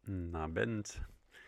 Na, Bent,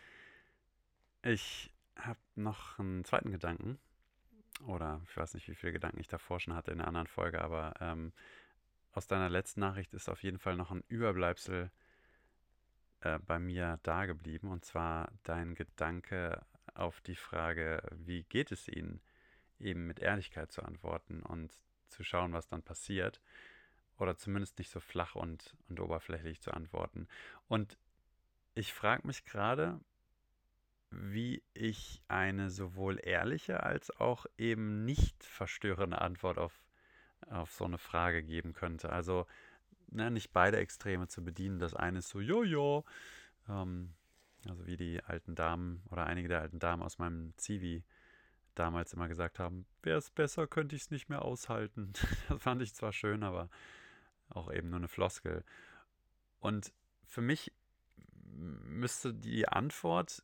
ich habe noch einen zweiten Gedanken. Oder ich weiß nicht, wie viele Gedanken ich davor schon hatte in der anderen Folge, aber aus deiner letzten Nachricht ist auf jeden Fall noch ein Überbleibsel bei mir da geblieben. Und zwar dein Gedanke auf die Frage, wie geht es Ihnen, eben mit Ehrlichkeit zu antworten und zu schauen, was dann passiert. Oder zumindest nicht so flach und oberflächlich zu antworten. Und ich frage mich gerade, wie ich eine sowohl ehrliche als auch eben nicht verstörende Antwort auf so eine Frage geben könnte. Also nicht beide Extreme zu bedienen. Das eine ist so, jojo, ähm, also wie die alten Damen oder einige der alten Damen aus meinem Zivi damals immer gesagt haben, wäre es besser, könnte ich es nicht mehr aushalten. Das fand ich zwar schön, aber auch eben nur eine Floskel. Und für mich müsste die Antwort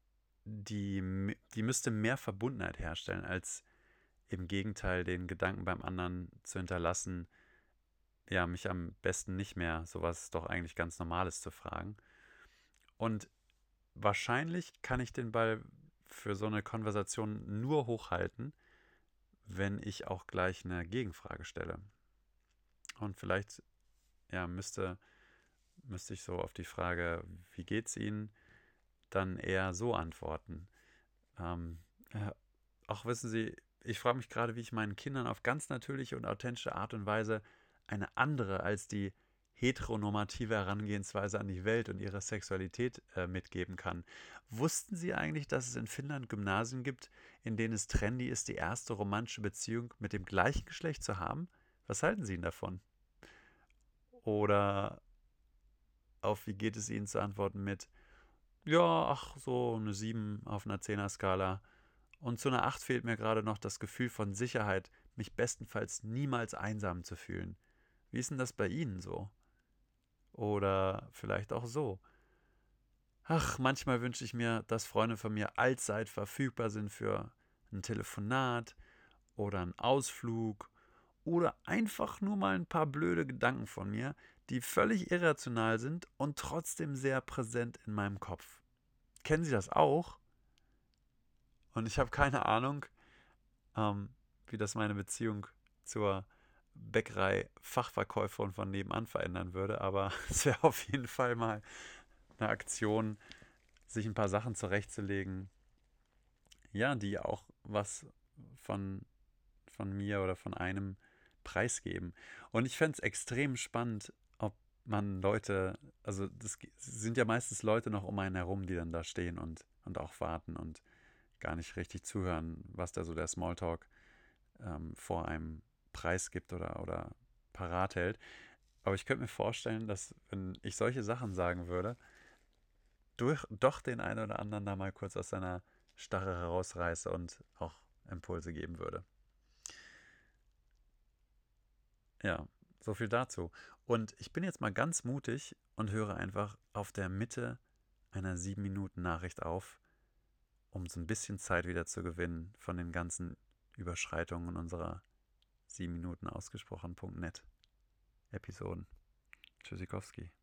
die müsste mehr Verbundenheit herstellen, als im Gegenteil den Gedanken beim anderen zu hinterlassen, ja, mich am besten nicht mehr, sowas doch eigentlich ganz Normales zu fragen. Und wahrscheinlich kann ich den Ball für so eine Konversation nur hochhalten, wenn ich auch gleich eine Gegenfrage stelle. Und vielleicht, ja, müsste ich so auf die Frage, wie geht's Ihnen, dann eher so antworten. Ähm, ja, auch wissen Sie, ich frage mich gerade, wie ich meinen Kindern auf ganz natürliche und authentische Art und Weise eine andere als die heteronormative Herangehensweise an die Welt und ihre Sexualität mitgeben kann. Wussten Sie eigentlich, dass es in Finnland Gymnasien gibt, in denen es trendy ist, die erste romantische Beziehung mit dem gleichen Geschlecht zu haben? Was halten Sie denn davon? Oder auf wie geht es Ihnen zu antworten mit, ja, ach, so eine 7 auf einer 10er-Skala. Und zu einer 8 fehlt mir gerade noch das Gefühl von Sicherheit, mich bestenfalls niemals einsam zu fühlen. Wie ist denn das bei Ihnen so? Oder vielleicht auch so. Ach, manchmal wünsche ich mir, dass Freunde von mir allzeit verfügbar sind für ein Telefonat oder einen Ausflug oder einfach nur mal ein paar blöde Gedanken von mir, die völlig irrational sind und trotzdem sehr präsent in meinem Kopf. Kennen Sie das auch? Und ich habe keine Ahnung, ähm, wie das meine Beziehung zur Bäckerei-Fachverkäuferin von nebenan verändern würde, aber es wäre auf jeden Fall mal eine Aktion, sich ein paar Sachen zurechtzulegen, ja, die auch was von, von mir oder von einem preisgeben. Und ich fände es extrem spannend, ob man Leute, also das sind ja meistens Leute noch um einen herum, die dann da stehen und auch warten und gar nicht richtig zuhören, was da so der Smalltalk vor einem Preis gibt oder parat hält. Aber ich könnte mir vorstellen, dass wenn ich solche Sachen sagen würde, doch den einen oder anderen da mal kurz aus seiner Starre herausreiße und auch Impulse geben würde. Ja, so viel dazu. Und ich bin jetzt mal ganz mutig und höre einfach auf der Mitte einer 7 Minuten Nachricht auf, um so ein bisschen Zeit wieder zu gewinnen von den ganzen Überschreitungen unserer 7 Minuten ausgesprochen.net Episoden. Tschüssikowski.